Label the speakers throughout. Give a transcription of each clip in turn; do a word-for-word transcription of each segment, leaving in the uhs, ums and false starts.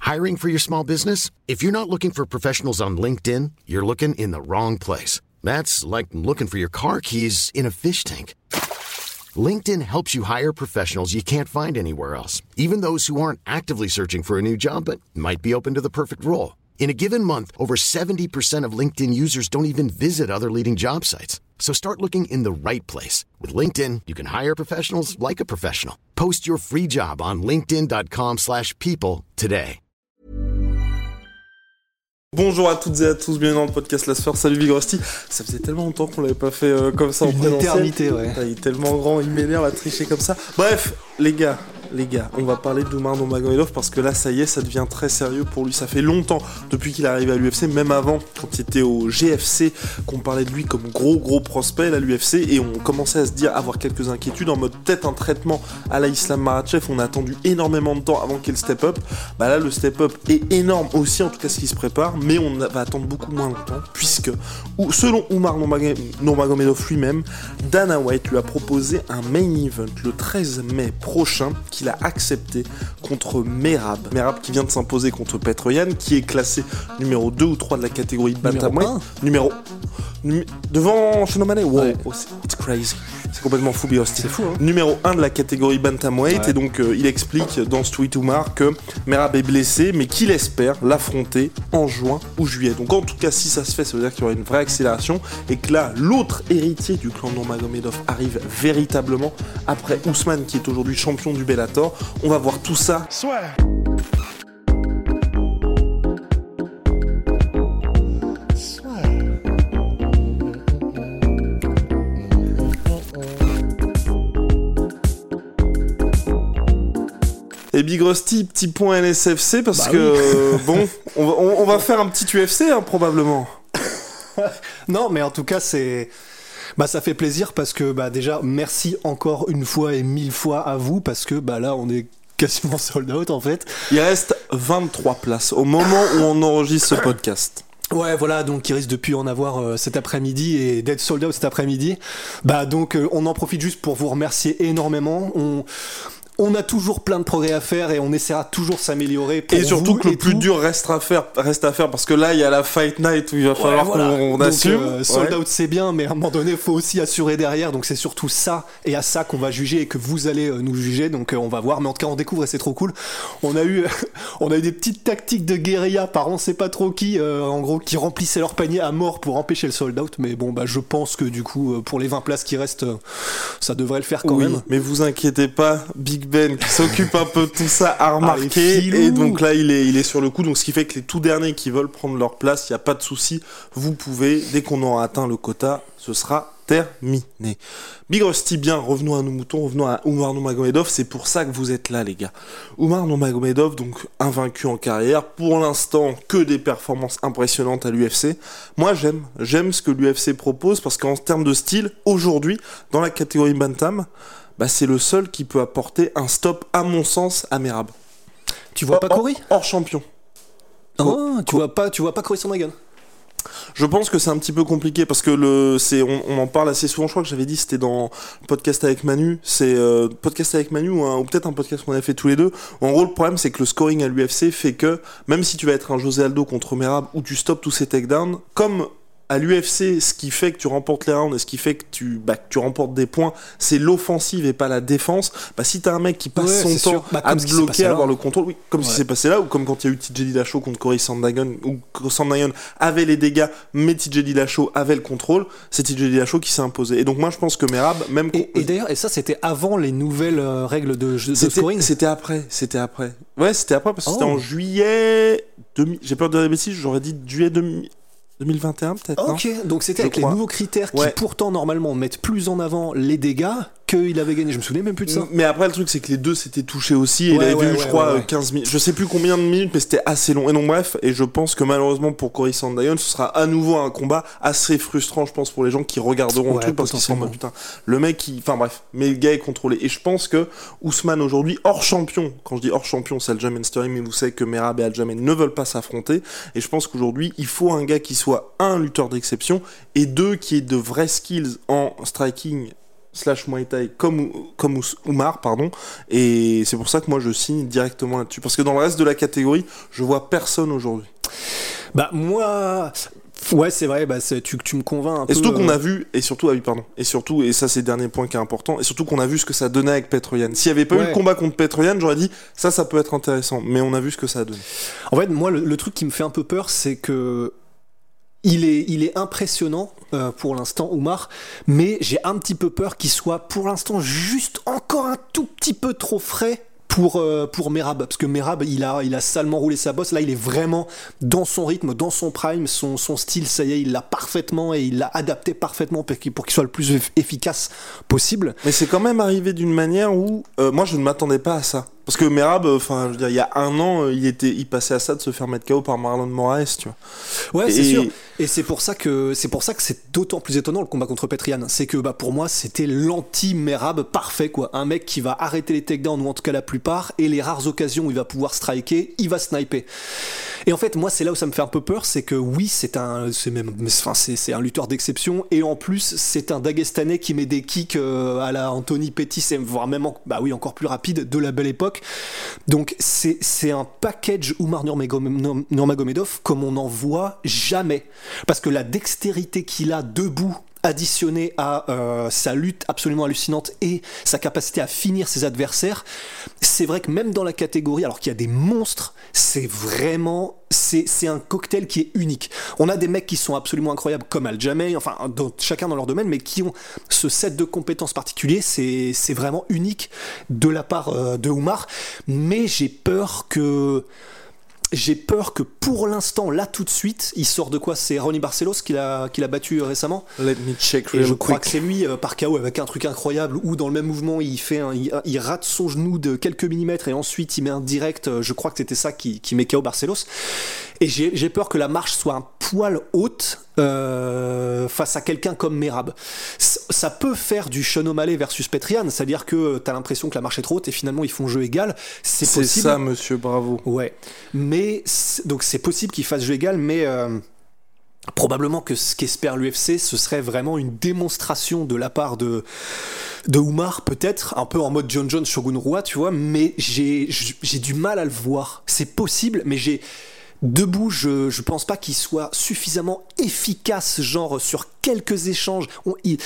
Speaker 1: Hiring for your small business? If you're not looking for professionals on LinkedIn, you're looking in the wrong place. That's like looking for your car keys in a fish tank. LinkedIn helps you hire professionals you can't find anywhere else, even those who aren't actively searching for a new job but might be open to the perfect role. In a given month, over seventy percent of LinkedIn users don't even visit other leading job sites. So start looking in the right place. With LinkedIn, you can hire professionals like a professional. Post your free job on linkedin.com slash people today.
Speaker 2: Bonjour à toutes et à tous, bienvenue dans le podcast La Sphère. Salut Big Rusty. Ça faisait tellement longtemps qu'on l'avait pas fait euh, comme ça en présentiel.
Speaker 3: Une éternité, ouais.
Speaker 2: Il est tellement grand, il m'énerve à tricher comme ça. Bref, les gars, les gars, on va parler d'Oumar Nurmagomedov parce que là, ça y est, ça devient très sérieux pour lui. Ça fait longtemps, depuis qu'il est arrivé à l'U F C, même avant, quand il était au G F C, qu'on parlait de lui comme gros gros prospect à l'U F C, et on commençait à se dire, avoir quelques inquiétudes en mode peut-être un traitement à la Islam Makhachev. On a attendu énormément de temps avant qu'il y ait le step-up. Bah là, le step-up est énorme aussi, en tout cas ce qui se prépare, mais on va attendre beaucoup moins longtemps, puisque, selon Oumar Nurmagomedov lui-même, Dana White lui a proposé un main event le treize mai prochain, qu'il a accepté contre Merab. Merab qui vient de s'imposer contre Petroyan, qui est classé numéro deux ou trois de la catégorie Bantamweight. Numéro Num- devant Sean O'Malley. Wow,
Speaker 3: ouais.
Speaker 2: oh, c'est it's crazy. C'est complètement fou, Bios.
Speaker 3: C'est fou, hein.
Speaker 2: Numéro un de la catégorie Bantamweight, ouais. Et donc euh, il explique dans ce tweet Oumar que Merab est blessé, mais qu'il espère l'affronter en juin ou juillet. Donc en tout cas, si ça se fait, ça veut dire qu'il y aura une vraie accélération, et que là, l'autre héritier du clan Nurmagomedov arrive véritablement après Ousmane, qui est aujourd'hui champion du Bellator. On va voir tout ça.
Speaker 4: Soit.
Speaker 2: Et Big Rusty, petit point N S F C, parce
Speaker 3: bah
Speaker 2: que,
Speaker 3: oui.
Speaker 2: euh, bon, on va, on, on va faire un petit U F C, hein, probablement.
Speaker 3: Non, mais en tout cas, c'est... Bah, ça fait plaisir parce que, bah, déjà, merci encore une fois et mille fois à vous, parce que, bah, là, on est quasiment sold out, en fait.
Speaker 2: Il reste vingt-trois places au moment où on enregistre ce podcast.
Speaker 3: Ouais, voilà, donc il risque de plus en avoir euh, cet après-midi et d'être sold out cet après-midi. Bah, donc, euh, on en profite juste pour vous remercier énormément. On... On a toujours plein de progrès à faire et on essaiera toujours de s'améliorer pour
Speaker 2: et surtout
Speaker 3: vous
Speaker 2: que le
Speaker 3: et
Speaker 2: plus
Speaker 3: tout.
Speaker 2: dur restera à faire, reste à faire parce que là il y a la Fight Night où il va falloir
Speaker 3: ouais, voilà.
Speaker 2: qu'on on
Speaker 3: donc,
Speaker 2: assume.
Speaker 3: Euh, sold
Speaker 2: ouais.
Speaker 3: out c'est bien, mais à un moment donné il faut aussi assurer derrière, donc c'est surtout ça et à ça qu'on va juger et que vous allez euh, nous juger, donc euh, on va voir, mais en tout cas on découvre et c'est trop cool. On a eu, on a eu des petites tactiques de guérilla par on sait pas trop qui, euh, en gros qui remplissaient leur panier à mort pour empêcher le sold out, mais bon bah je pense que du coup euh, pour les vingt places qui restent, euh, ça devrait le faire quand
Speaker 2: oui,
Speaker 3: même.
Speaker 2: Mais vous inquiétez pas, Big Ben qui s'occupe un peu de tout ça a remarqué,
Speaker 3: ah,
Speaker 2: et donc là il est, il est sur le coup, donc ce qui fait que les tout derniers qui veulent prendre leur place, il n'y a pas de souci, vous pouvez, dès qu'on aura atteint le quota, ce sera terminé. Big Rusty, bien, revenons à nos moutons, revenons à Oumar Nurmagomedov, c'est pour ça que vous êtes là les gars. Oumar Nurmagomedov, donc invaincu en carrière, pour l'instant que des performances impressionnantes à l'U F C. Moi j'aime, j'aime ce que l'U F C propose, parce qu'en termes de style, aujourd'hui, dans la catégorie Bantam, bah c'est le seul qui peut apporter un stop, à mon sens, à Merab.
Speaker 3: Tu vois pas Cory ?
Speaker 2: Hors champion.
Speaker 3: Oh, tu vois pas, tu vois pas Cory Sandhagen ?
Speaker 2: Je pense que c'est un petit peu compliqué parce que le, c'est, on, on en parle assez souvent. Je crois que j'avais dit c'était dans le podcast avec Manu. C'est euh, podcast avec Manu ou, un, ou peut-être un podcast qu'on a fait tous les deux. En gros, le problème c'est que le scoring à l'U F C fait que même si tu vas être un José Aldo contre Merab où tu stops tous ces takedowns, comme à l'U F C, ce qui fait que tu remportes les rounds et ce qui fait que tu, bah, que tu remportes des points, c'est l'offensive et pas la défense. Bah, si t'as un mec qui passe
Speaker 3: ouais,
Speaker 2: son temps
Speaker 3: bah,
Speaker 2: à te bloquer, à avoir le contrôle, oui, comme
Speaker 3: ouais.
Speaker 2: si c'est passé là, ou comme quand il y a eu T J Dillashaw contre Cory Sandhagen, où Sandhagen avait les dégâts, mais T J Dillashaw avait le contrôle, c'est T J Dillashaw qui s'est imposé. Et donc moi je pense que Merab, même...
Speaker 3: Et, et d'ailleurs, et ça c'était avant les nouvelles euh, règles de, de
Speaker 2: c'était,
Speaker 3: scoring.
Speaker 2: C'était après, c'était après. Ouais, c'était après, parce que
Speaker 3: oh.
Speaker 2: c'était en juillet... demi... J'ai peur de dire des bêtises, j'aurais dit juillet demi... deux mille vingt et un peut-être.
Speaker 3: Ok, donc c'était
Speaker 2: Je
Speaker 3: avec
Speaker 2: crois.
Speaker 3: les nouveaux critères qui
Speaker 2: ouais.
Speaker 3: pourtant normalement mettent plus en avant les dégâts qu'il avait gagné. Je me souvenais même plus de ça.
Speaker 2: Mais après le truc c'est que les deux s'étaient touchés aussi et
Speaker 3: ouais,
Speaker 2: il avait
Speaker 3: ouais,
Speaker 2: eu
Speaker 3: ouais,
Speaker 2: je crois
Speaker 3: ouais, ouais.
Speaker 2: quinze minutes, je sais plus combien de minutes mais c'était assez long. Et donc bref, et je pense que malheureusement pour Cory Sandhagen ce sera à nouveau un combat assez frustrant je pense pour les gens qui regarderont
Speaker 3: ouais,
Speaker 2: le truc parce qu'ils sont en mode putain le mec qui... Enfin bref, mais le gars est contrôlé. Et je pense que Ousmane aujourd'hui hors champion, quand je dis hors champion c'est Aljamain Sterling, mais vous savez que Merab et Aljamain ne veulent pas s'affronter, et je pense qu'aujourd'hui il faut un gars qui soit un lutteur d'exception et deux qui ait de vrais skills en striking slash Muay Thai comme, comme Oumar, pardon, et c'est pour ça que moi je signe directement là-dessus, parce que dans le reste de la catégorie, je vois personne aujourd'hui.
Speaker 3: Bah moi... Ouais, c'est vrai, bah c'est, tu, tu me convaincs un
Speaker 2: et
Speaker 3: peu.
Speaker 2: Et surtout qu'on
Speaker 3: euh...
Speaker 2: a vu, et surtout, ah oui, pardon, et surtout, et ça c'est le dernier point qui est important, et surtout qu'on a vu ce que ça donnait avec Petroyan. S'il n'y avait pas ouais. eu le combat contre Petroyan, j'aurais dit, ça, ça peut être intéressant, mais on a vu ce que ça a donné.
Speaker 3: En fait, moi, le, le truc qui me fait un peu peur, c'est que il est, il est impressionnant euh, pour l'instant, Oumar, mais j'ai un petit peu peur qu'il soit pour l'instant juste encore un tout petit peu trop frais pour, euh, pour Merab, parce que Merab il a, il a salement roulé sa bosse, là il est vraiment dans son rythme, dans son prime, son, son style, ça y est, il l'a parfaitement et il l'a adapté parfaitement pour qu'il, pour qu'il soit le plus efficace possible.
Speaker 2: Mais c'est quand même arrivé d'une manière où euh, moi je ne m'attendais pas à ça. Parce que Merab, enfin, euh, je veux dire, il y a un an, il était, il passait à ça de se faire mettre K O par Marlon Moraes, tu vois.
Speaker 3: Ouais,
Speaker 2: et...
Speaker 3: c'est sûr. Et c'est pour ça que c'est pour ça que c'est d'autant plus étonnant le combat contre Petrian. C'est que bah pour moi, c'était l'anti-Merab parfait, quoi. Un mec qui va arrêter les takedowns ou en tout cas la plupart, et les rares occasions où il va pouvoir striker, il va sniper. Et en fait, moi, c'est là où ça me fait un peu peur, c'est que oui, c'est un, c'est même, enfin, c'est, c'est un lutteur d'exception, et en plus, c'est un Dagestanais qui met des kicks euh, à la Anthony Pettis, voire même, en, bah oui, encore plus rapide de la belle époque. Donc c'est, c'est un package Oumar Nurmagomedov comme on n'en voit jamais, parce que la dextérité qu'il a debout additionné à euh, sa lutte absolument hallucinante et sa capacité à finir ses adversaires, c'est vrai que même dans la catégorie, alors qu'il y a des monstres, c'est vraiment c'est, c'est un cocktail qui est unique. On a des mecs qui sont absolument incroyables comme Aljamain, enfin dans, chacun dans leur domaine, mais qui ont ce set de compétences particulier, c'est, c'est vraiment unique de la part euh, de Oumar, mais j'ai peur que J'ai peur que pour l'instant, là tout de suite, il sort de quoi ? C'est Ronnie Barcelos qui l'a, qui l'a battu récemment.
Speaker 2: Let me check
Speaker 3: real
Speaker 2: Et je
Speaker 3: quick. crois que c'est lui euh, par K O avec un truc incroyable où dans le même mouvement il fait un, il, il rate son genou de quelques millimètres et ensuite il met un direct. Je crois que c'était ça qui, qui met K O Barcelos. Et j'ai, j'ai peur que la marche soit un poil haute euh, face à quelqu'un comme Merab. Ça peut faire du Sean O'Malley versus Petrian, c'est-à-dire que t'as l'impression que la marche est trop haute et finalement ils font jeu égal. C'est,
Speaker 2: c'est
Speaker 3: possible.
Speaker 2: ça, monsieur, bravo.
Speaker 3: Ouais. Mais donc c'est possible qu'ils fassent jeu égal, mais euh, probablement que ce qu'espère l'U F C, ce serait vraiment une démonstration de la part de de Oumar, peut-être un peu en mode John Jones Shogun Rua, tu vois. Mais j'ai j'ai du mal à le voir. C'est possible, mais j'ai debout, je je pense pas qu'il soit suffisamment efficace, genre sur quelques échanges. On, il,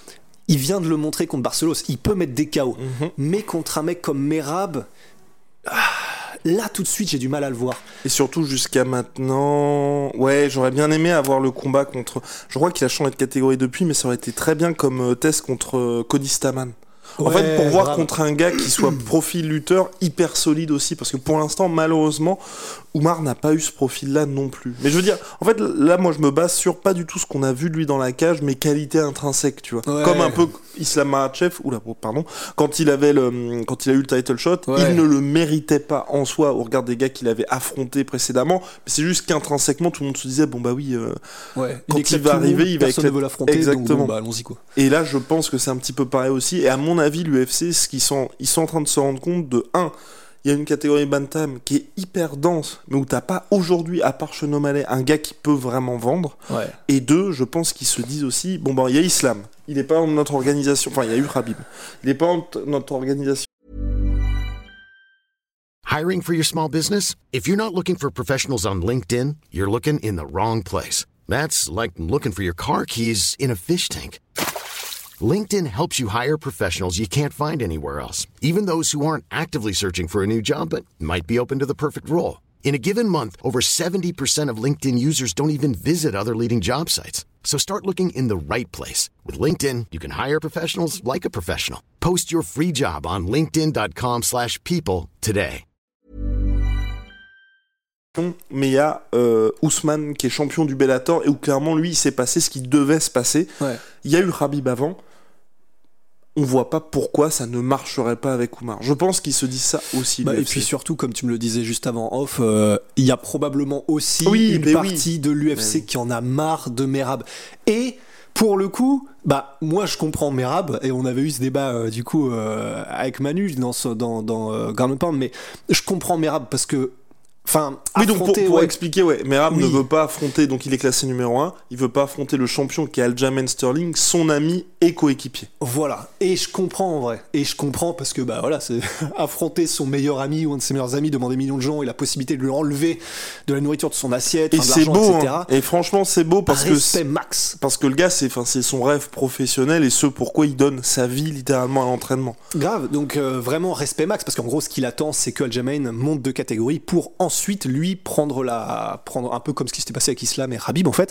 Speaker 3: il vient de le montrer contre Barcelos. Il peut mettre des K O, mm-hmm. mais contre un mec comme Merab. Ah, là tout de suite j'ai du mal à le voir.
Speaker 2: Et surtout jusqu'à maintenant, ouais, j'aurais bien aimé avoir le combat contre, je crois qu'il a changé de catégorie depuis, mais ça aurait été très bien comme euh, test contre euh, Cody Stamann. En ouais, fait, pour voir grave. Contre un gars qui soit profil lutteur hyper solide aussi, parce que pour l'instant, malheureusement, Oumar n'a pas eu ce profil-là non plus. Mais je veux dire, en fait, là, moi, je me base sur pas du tout ce qu'on a vu de lui dans la cage, mais qualité intrinsèque, tu vois. Ouais. Comme un peu Islam Makhachev, oula, pardon, quand il avait le, quand il a eu le title shot, ouais. il ne le méritait pas en soi au regard des gars qu'il avait affrontés précédemment. Mais c'est juste qu'intrinsèquement, tout le monde se disait, bon bah oui, euh,
Speaker 3: ouais.
Speaker 2: quand il, il va arriver, monde, il va
Speaker 3: personne ne veut l'affronter.
Speaker 2: Exactement.
Speaker 3: Donc, bon, bah, allons-y quoi.
Speaker 2: Et là, je pense que c'est un petit peu pareil aussi. Et à mon avis, l'U F C, ce qu'ils sont, ils sont en train de se rendre compte de un. Il y a une catégorie bantam qui est hyper dense, mais où t'as pas aujourd'hui, à part Sean O'Malley, un gars qui peut vraiment vendre.
Speaker 3: Ouais.
Speaker 2: Et deux, je pense qu'ils se disent aussi, bon ben, il y a Islam, il est pas dans notre organisation, enfin il y a eu Khabib, il est pas dans notre organisation.
Speaker 1: Hiring for your small business? If you're not looking for professionals on LinkedIn, you're looking in the wrong place. That's like looking for your car keys in a fish tank. LinkedIn helps you hire professionals you can't find anywhere else, even those who aren't actively searching for a new job but might be open to the perfect role. In a given month, over seventy percent of LinkedIn users don't even visit other leading job sites. So start looking in the right place. With LinkedIn, you can hire professionals like a professional. Post your free job on linkedin dot com slash people today.
Speaker 2: Mais il y a euh, Ousmane qui est champion du Bellator et où clairement lui il s'est passé ce qui devait se passer.
Speaker 3: Ouais.
Speaker 2: Il y a eu Khabib avant. On voit pas pourquoi ça ne marcherait pas avec Oumar. Je pense qu'ils se disent ça aussi.
Speaker 3: Bah, et puis surtout, comme tu me le disais juste avant off, euh, il y a probablement aussi oui, une partie oui. de l'U F C mais... qui en a marre de Merab. Et pour le coup, bah moi je comprends Merab et on avait eu ce débat euh, du coup euh, avec Manu dans ce, dans dans euh, Ground and Pound, mais je comprends Merab parce que Enfin,
Speaker 2: oui, donc pour, pour
Speaker 3: ouais.
Speaker 2: expliquer, ouais, Merab
Speaker 3: oui.
Speaker 2: ne veut pas affronter, donc il est classé numéro un, il veut pas affronter le champion qui est Aljamain Sterling, son ami et coéquipier.
Speaker 3: Voilà, et je comprends en vrai, et je comprends parce que bah voilà, c'est affronter son meilleur ami ou un de ses meilleurs amis devant des millions de gens et la possibilité de lui enlever de la nourriture de son assiette,
Speaker 2: et
Speaker 3: de
Speaker 2: c'est
Speaker 3: l'argent,
Speaker 2: beau,
Speaker 3: et cetera.
Speaker 2: Hein. Et franchement, c'est beau parce
Speaker 3: Respect
Speaker 2: que c'est,
Speaker 3: max.
Speaker 2: parce que le gars, c'est, enfin, c'est son rêve professionnel et ce pourquoi il donne sa vie littéralement à l'entraînement.
Speaker 3: Grave, donc euh, vraiment respect max parce qu'en gros, ce qu'il attend, c'est que Aljamain monte de catégorie pour ensuite lui prendre prendre la prendre un peu comme ce qui s'était passé avec Islam et Khabib en fait,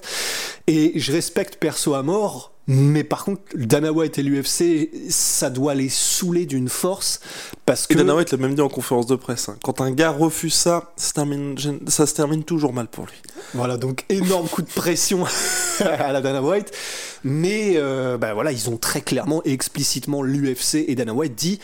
Speaker 3: et je respecte perso à mort, mais par contre Dana White et l'U F C, ça doit les saouler d'une force parce que
Speaker 2: et Dana White l'a même dit en conférence de presse, hein. Quand un gars refuse ça, ça se termine, ça se termine toujours mal pour lui.
Speaker 3: Voilà, donc énorme coup de pression à la Dana White, mais euh, bah voilà, ils ont très clairement et explicitement, l'U F C et Dana White dit,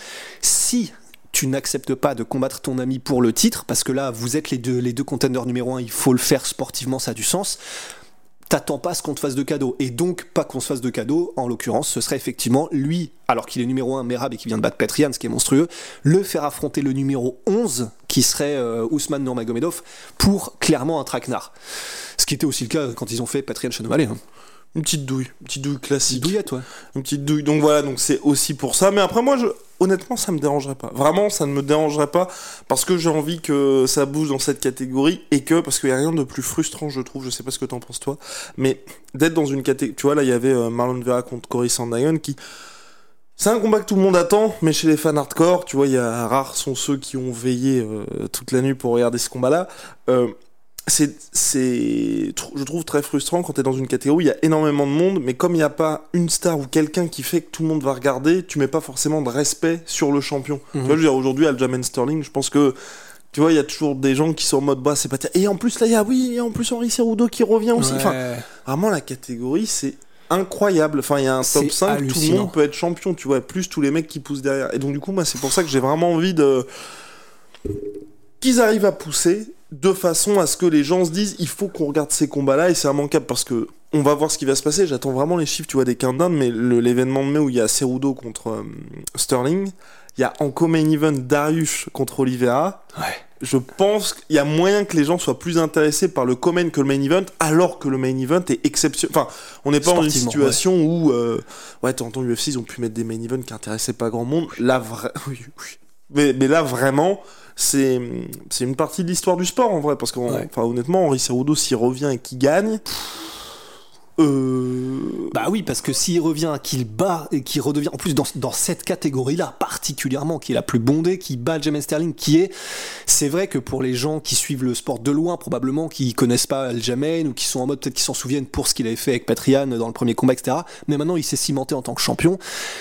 Speaker 3: si tu n'acceptes pas de combattre ton ami pour le titre, parce que là, vous êtes les deux, les deux contenders numéro un, il faut le faire sportivement, ça a du sens. T'attends pas à ce qu'on te fasse de cadeau, et donc pas qu'on se fasse de cadeau, en l'occurrence, ce serait effectivement lui, alors qu'il est numéro un, Merab, et qui vient de battre Petr Yan, ce qui est monstrueux, le faire affronter le numéro onze, qui serait euh, Ousmane Nurmagomedov, pour clairement un traquenard. Ce qui était aussi le cas quand ils ont fait Petr Yan Chanomalé. Hein.
Speaker 2: Une petite douille, une petite douille classique.
Speaker 3: Une douillette, ouais.
Speaker 2: Une petite douille. Donc voilà, donc c'est aussi pour ça. Mais après, moi, je, honnêtement, ça me dérangerait pas. Vraiment, ça ne me dérangerait pas parce que j'ai envie que ça bouge dans cette catégorie et que, parce qu'il n'y a rien de plus frustrant, je trouve, je sais pas ce que t'en penses toi, mais d'être dans une catégorie. Tu vois, là, il y avait euh, Marlon Vera contre Cory Sandhagen qui. C'est un combat que tout le monde attend, mais chez les fans hardcore, tu vois, il y a rares sont ceux qui ont veillé euh, toute la nuit pour regarder ce combat-là. Euh, C'est, c'est, je trouve très frustrant quand t'es dans une catégorie où il y a énormément de monde, mais comme il n'y a pas une star ou quelqu'un qui fait que tout le monde va regarder, tu mets pas forcément de respect sur le champion. Mm-hmm. Tu vois, je veux dire, aujourd'hui, Aljamain Sterling, je pense que, tu vois, il y a toujours des gens qui sont en mode, bah, c'est pas terrible. Et en plus, là, il y a, oui, et en plus, Henry Cejudo qui revient aussi. Ouais. Enfin, vraiment, la catégorie, c'est incroyable. Enfin, il y a un top c'est cinq, hallucinant. Tout le monde peut être champion, tu vois, plus tous les mecs qui poussent derrière. Et donc, du coup, moi, c'est pour ça que j'ai vraiment envie de, qu'ils arrivent à pousser de façon à ce que les gens se disent il faut qu'on regarde ces combats-là, et c'est immanquable parce que on va voir ce qui va se passer. J'attends vraiment les chiffres, tu vois, des countdowns, mais le, l'événement de mai où il y a Cejudo contre euh, Sterling, il y a en co-main event Dariush contre Oliveira.
Speaker 3: Ouais.
Speaker 2: Je pense qu'il y a moyen que les gens soient plus intéressés par le co-main que le main event, alors que le main event est exceptionnel. Enfin, on n'est pas dans une situation ouais. où euh, ouais, t'entends U F C, ils ont pu mettre des main events qui intéressaient pas grand monde. Là, vrai... oui, oui. Mais, mais là, vraiment, c'est, c'est une partie de l'histoire du sport, en vrai. Parce que, ouais. honnêtement, Henry Cejudo, s'il revient et qu'il gagne... Euh...
Speaker 3: Bah oui, parce que s'il revient, qu'il bat et qu'il redevient, en plus dans, dans cette catégorie-là particulièrement, qui est la plus bondée, qui bat Aljamain Sterling, qui est, c'est vrai que pour les gens qui suivent le sport de loin, probablement, qui connaissent pas Aljamain ou qui sont en mode, peut-être qu'ils s'en souviennent pour ce qu'il avait fait avec Petr Yan dans le premier combat, et cetera. Mais maintenant, il s'est cimenté en tant que champion.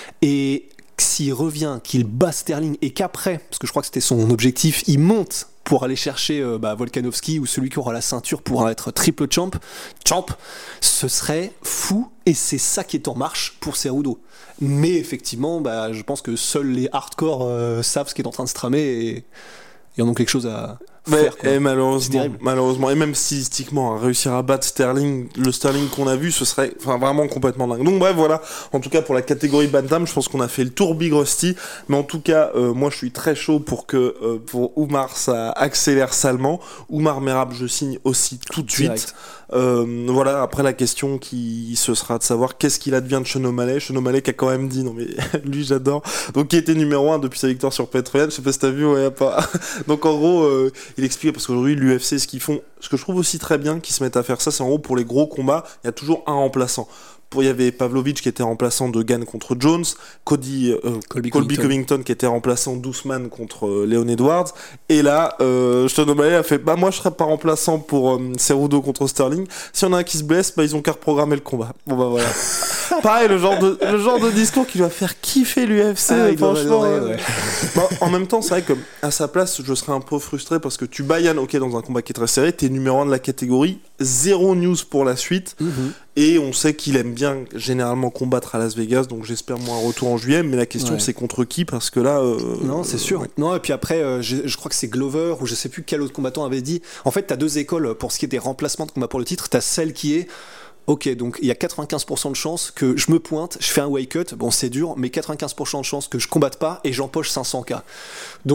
Speaker 3: Et s'il revient, qu'il bat Sterling et qu'après, parce que je crois que c'était son objectif, il monte pour aller chercher euh, bah, Volkanovski ou celui qui aura la ceinture pour être triple champ, champ, ce serait fou, et c'est ça qui est en marche pour Cejudo. Mais effectivement, bah, je pense que seuls les hardcore euh, savent ce qui est en train de se tramer et, et en ont quelque chose à faire.
Speaker 2: Mais, et malheureusement, malheureusement, et même stylistiquement, réussir à battre Sterling, le Sterling qu'on a vu, ce serait enfin, vraiment complètement dingue. Donc bref, voilà, en tout cas pour la catégorie Bantam, je pense qu'on a fait le tour Big Rusty, mais en tout cas, euh, moi je suis très chaud pour que euh, pour Oumar ça accélère salement. Oumar Merab, je signe aussi tout de suite. Euh, voilà, après la question qui ce sera de savoir qu'est-ce qu'il advient de Sean O'Malley. Sean O'Malley qui a quand même dit, non mais lui j'adore, donc qui était numéro un depuis sa victoire sur Petr Yan, je sais pas si t'as vu, ouais, pas. Donc en gros, euh, il explique, parce qu'aujourd'hui l'U F C, ce qu'ils font, ce que je trouve aussi très bien qu'ils se mettent à faire ça, c'est en gros pour les gros combats, il y a toujours un remplaçant. Pour, il y avait Pavlovich qui était remplaçant de Gane contre Jones, Cody, euh, Colby, Colby Covington. Covington qui était remplaçant d'Ousmane contre euh, Leon Edwards, et là, euh, Sean O'Malley a fait, bah moi je serais pas remplaçant pour euh, Cejudo contre Sterling, si on a un qui se blesse, bah ils ont qu'à reprogrammer le combat. Bon bah voilà. Pareil, le genre de, le genre de discours qui va faire kiffer l'U F C, ah, franchement. Ouais. Bah, en même temps, c'est vrai que à sa place, je serais un peu frustré parce que tu bats Yann, ok, dans un combat qui est très serré, t'es numéro un de la catégorie, zéro news pour la suite, mm-hmm. Et on sait qu'il aime bien généralement combattre à Las Vegas, donc j'espère moi un retour en juillet, mais la question ouais. c'est contre qui, parce que là... Euh,
Speaker 3: non, c'est sûr. Ouais. Non, et puis après, euh, je, je crois que c'est Glover, ou je sais plus quel autre combattant avait dit, en fait, t'as deux écoles pour ce qui est des remplacements de combat pour le titre, t'as celle qui est... Ok, donc il y a quatre-vingt-quinze pour cent de chances que je me pointe, je fais un weight cut, bon c'est dur, mais quatre-vingt-quinze pour cent de chances que je combatte pas et j'empoche cinq cents K. Donc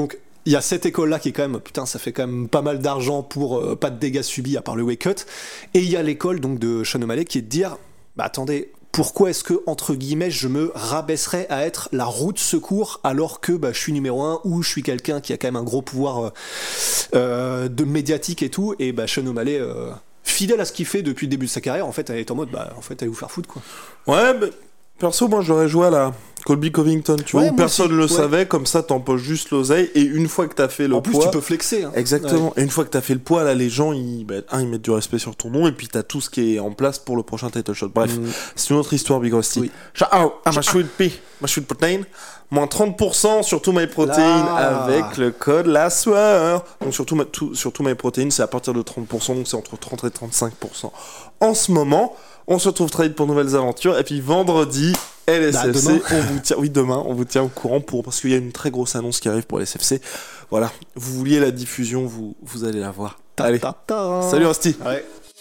Speaker 3: il y a cette école-là qui est quand même, putain, ça fait quand même pas mal d'argent pour euh, pas de dégâts subis à part le wake cut. Et il y a l'école donc de Sean O'Malley qui est de dire, bah attendez, pourquoi est-ce que, entre guillemets, je me rabaisserais à être la roue de secours alors que bah, je suis numéro un ou je suis quelqu'un qui a quand même un gros pouvoir euh, euh, de médiatique et tout. Et bah, Sean O'Malley, euh, fidèle à ce qu'il fait depuis le début de sa carrière, en fait, elle est en mode, bah, en fait, allez vous faire foutre, quoi.
Speaker 2: Ouais, mais perso, moi, j'aurais joué à la Colby Covington, tu
Speaker 3: Ouais,
Speaker 2: vois, où personne
Speaker 3: aussi,
Speaker 2: le
Speaker 3: ouais.
Speaker 2: savait, comme ça, t'empoches juste l'oseille, et une fois que t'as fait le
Speaker 3: En plus,
Speaker 2: poids...
Speaker 3: tu peux flexer. Hein.
Speaker 2: Exactement.
Speaker 3: Ouais.
Speaker 2: Et une fois que t'as fait le poids, là, les gens, ils, bah, un, ils mettent du respect sur ton nom, et puis t'as tout ce qui est en place pour le prochain title shot. Bref,
Speaker 3: Mm.
Speaker 2: c'est une autre histoire, Big Rusty.
Speaker 3: Oui.
Speaker 2: Shout out à ma sweet pea, ma sweet protein. Moins trente pour cent sur tout My Protein
Speaker 3: Là.
Speaker 2: avec le code la sueur. Donc sur tout, ma- tout, sur tout My Protein, c'est à partir de trente pour cent, donc c'est entre trente et trente-cinq pour cent. En ce moment, on se retrouve très vite pour nouvelles aventures, et puis vendredi, L S F C,
Speaker 3: Bah,
Speaker 2: on vous tient, oui demain, on vous tient au courant pour, parce qu'il y a une très grosse annonce qui arrive pour L S F C. Voilà, vous vouliez la diffusion, vous, vous allez la voir. Allez,
Speaker 3: Ta, ta, ta.
Speaker 2: salut Rusty.
Speaker 3: Ouais.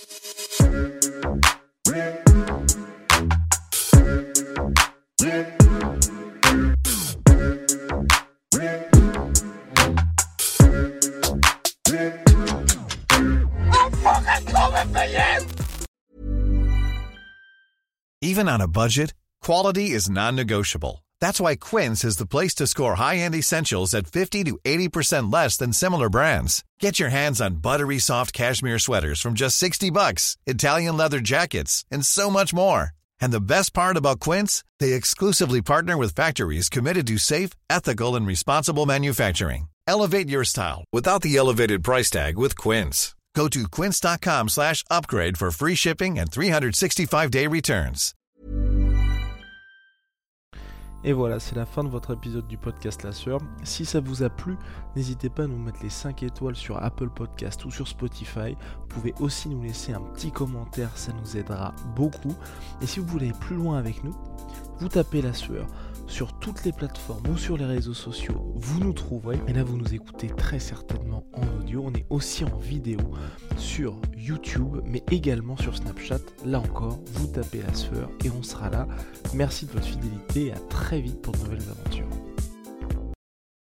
Speaker 4: Even on a budget, quality is non-negotiable. That's why Quince is the place to score high-end essentials at fifty to eighty percent less than similar brands. Get your hands on buttery soft cashmere sweaters from just sixty bucks, Italian leather jackets, and so much more. And the best part about Quince, they exclusively partner with factories committed to safe, ethical, and responsible manufacturing. Elevate your style without the elevated price tag with Quince. Go to quince.com slash upgrade for free shipping and three sixty-five day returns.
Speaker 5: Et voilà, c'est la fin de votre épisode du podcast La Sueur. Si ça vous a plu, n'hésitez pas à nous mettre les cinq étoiles sur Apple Podcast ou sur Spotify. Vous pouvez aussi nous laisser un petit commentaire, ça nous aidera beaucoup. Et si vous voulez aller plus loin avec nous, vous tapez La Sueur sur toutes les plateformes ou sur les réseaux sociaux, vous nous trouverez. Et là, vous nous écoutez très certainement en audio. On est aussi en vidéo sur YouTube, mais également sur Snapchat. Là encore, vous tapez La Sueur et on sera là. Merci de votre fidélité et à très vite pour de nouvelles aventures.